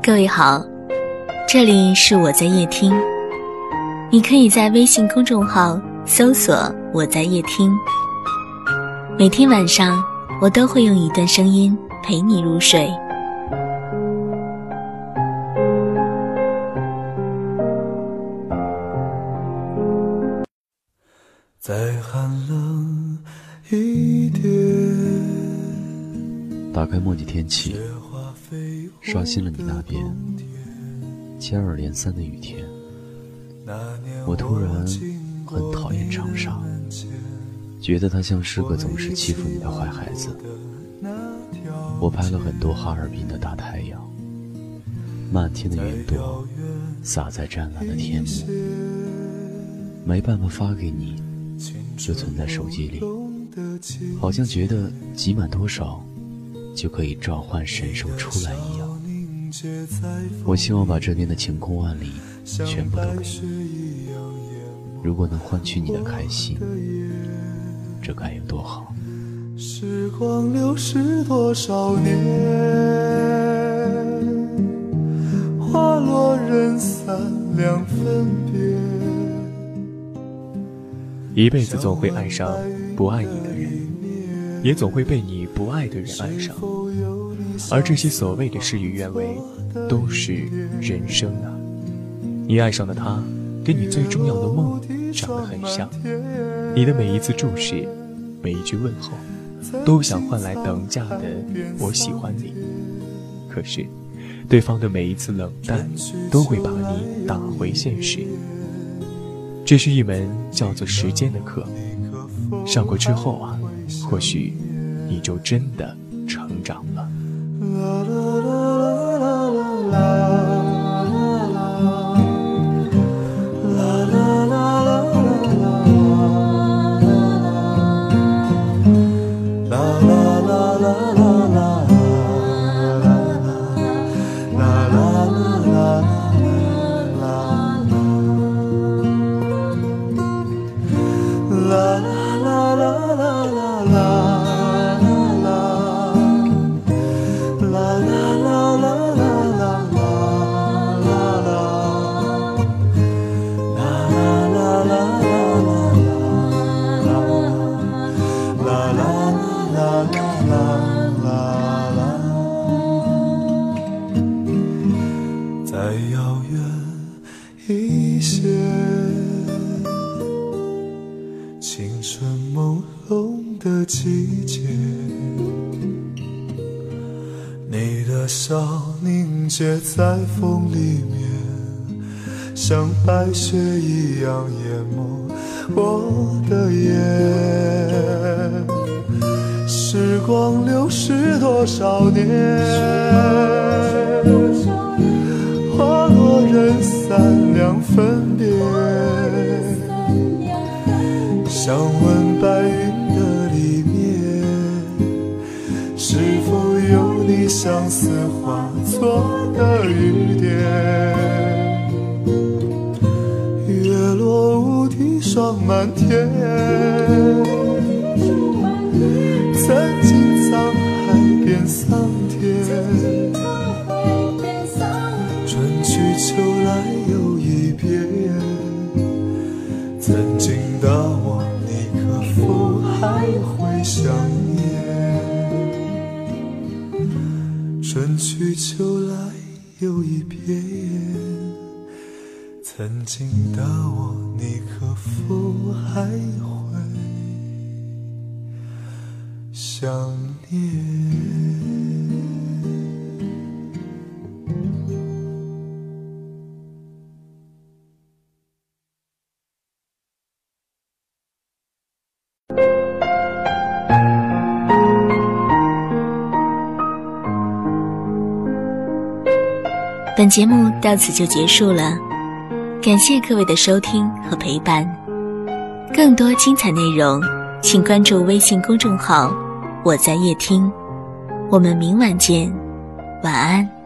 各位好，这里是我在夜听，你可以在微信公众号搜索我在夜听，每天晚上我都会用一段声音陪你入睡。 再寒冷一点， 打开墨迹天气，刷新了你那边接二连三的雨天。我突然很讨厌长沙，觉得它像是个总是欺负你的坏孩子。我拍了很多哈尔滨的大太阳，漫天的云朵洒在湛蓝的天幕，没办法发给你，就存在手机里，好像觉得挤满多少就可以召唤神兽出来一样。我希望把这边的晴空万里全部都给你，如果能换取你的开心，这该有多好。 时光流逝多少年，花落人散两分别。 一辈子总会爱上不爱你的人，也总会被你不爱的人爱上，而这些所谓的事与愿违都是人生啊。你爱上的他跟你最重要的梦长得很像，你的每一次注视，每一句问候，都想换来等价的我喜欢你。可是对方的每一次冷淡都会把你打回现实。这是一门叫做时间的课，上过之后啊，或许你就真的成长了。 再遥远一些，青春朦胧的季节，你的笑凝结在风里面，像白雪一样淹没我的眼。时光流逝多少年，花落人散两分别。想问白云的里面，是否有你相思化作的雨点？月落乌啼霜满天，曾经沧海变桑田，春去秋来又一遍。曾经的我，你可否还会想念？春去秋来又一遍。曾经的我，你可否还会想念？ 本节目到此就结束了，感谢各位的收听和陪伴。更多精彩内容，请关注微信公众号我在夜听。我们明晚见，晚安。